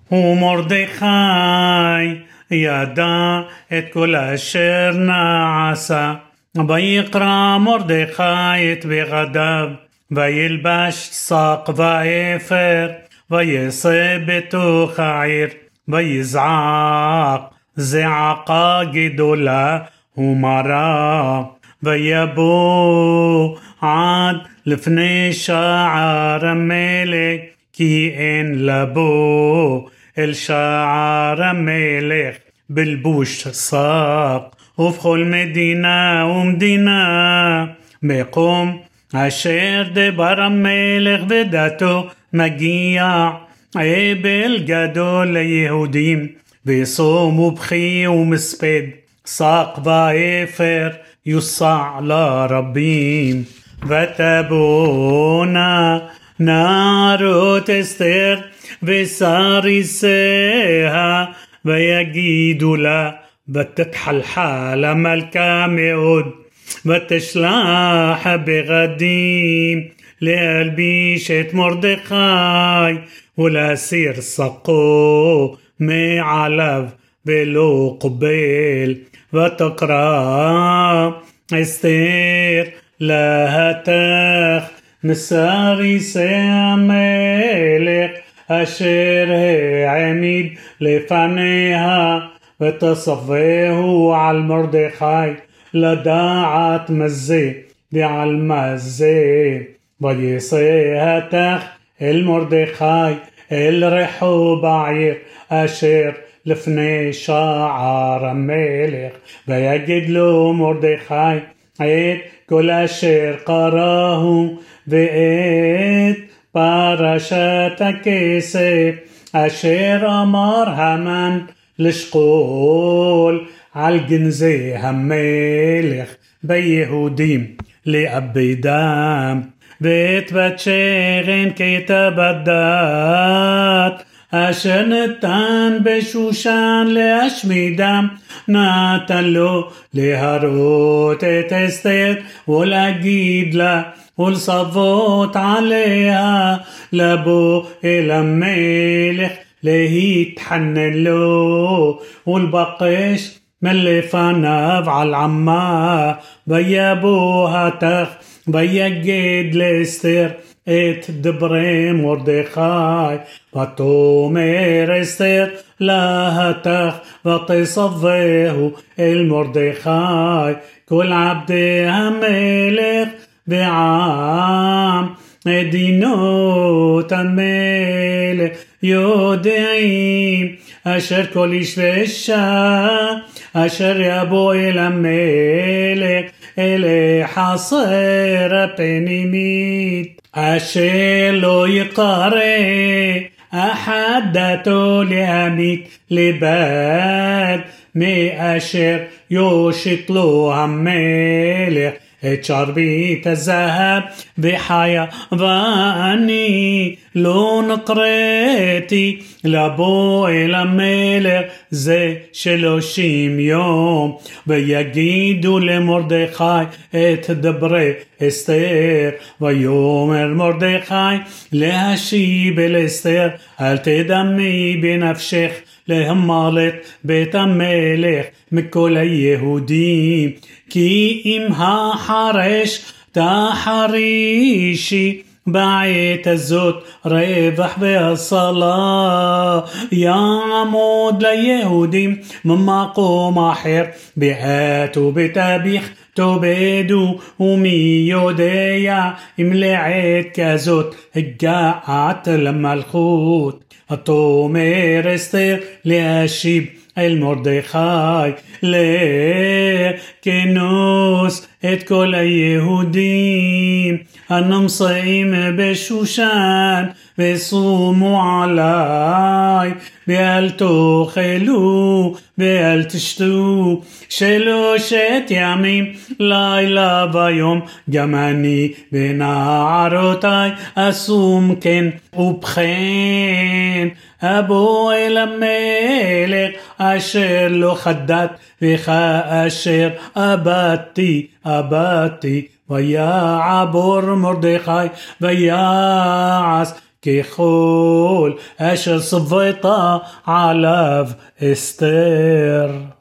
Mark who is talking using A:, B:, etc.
A: ומרדכי ידע את כל אשר נעשה. ויקרא מרדכי את בגדיו, וילבש שק ואפר, וישא בתוך העיר, ויזעק זעקה גדולה ומרה, ויבוא עד לפני שער המלך, כי אין לבוא אל שער המלך בלבוש שק. ובכל מדינה ומדינה מקום אשר דבר המלך ודתו מגיע אבל גדול ליהודים, וסום ובכי ומספד, שק ואפר יוסע לרבים. ותבואנה נערות אסתר וסריסיה, ויגידו לה, ותתחלחל המלכה מאוד, ותשלח בגדים להלביש את מרדכי, ולהסיר שקו מעליו ולא קבל. ותקרא אסתר להתך מסריסי המלך אשר העמיד לפניה, ותספהו על מרדכי לדעת מזה ועל מזה. ויצא התך אל מרדכי אל רחוב העיר אשר לפני שער המלך, ויגיד לו מרדכי את כל אשר קראו, ואת פרשת הכסף אשר אמר המן לשקול על גנזי המלך ביהודים לאבדם, ואת בת שכן כתב הדת אשר נתן בשושן להשמידם, נתן לו להראות את אסתר ולהגיד לה ולצוות עליה לבוא אל המלך להתחנן לו ולבקש מלפניו על עמה. ויבוא התך ויגיד לאסתר את דברי מרדכי, ותאמר אסתר להתך ותספהו אל מרדכי כל עבדי המלך ועם מדינות המלך יודעים, אשר כל איש ואישה אשר יבוא אל המלך אל חצר הפנימית, אשר לא יקרא אחד דתו להמית לבד, מאשר יושיט לו המלך את שרביט הזהב וחיה. ואני לא נקראתי לבוא אל המלך זה 30 יום. ויגידו למרדכי את דברי אסתר, ויאמר מרדכי להשיב אל אסתר, אל תדמי בנפשך להמלט בית המלך מכל היהודים, כי אם החרש תחרישי בעת הזאת רווח והצלה יעמוד ליהודים ממקום אחר בעת ובתביך תאבדו, ומי יודע אם לעת כזאת הגעת למלכות. ותאמר אסתר להשיב אל מרדכי לכנוס את כל היהודים הנמצאים בשושן, וסומו עלי, ואל תאכלו ואל תשתו 3 ימים לילה ויום, גם אני ונערותיי אסום כן. ובכן אבוא אל המלך אשר לא חדת, וכאשר אבדתי ויעבור מרדכי ויעש ככל אשר צוותה עליו אסתר.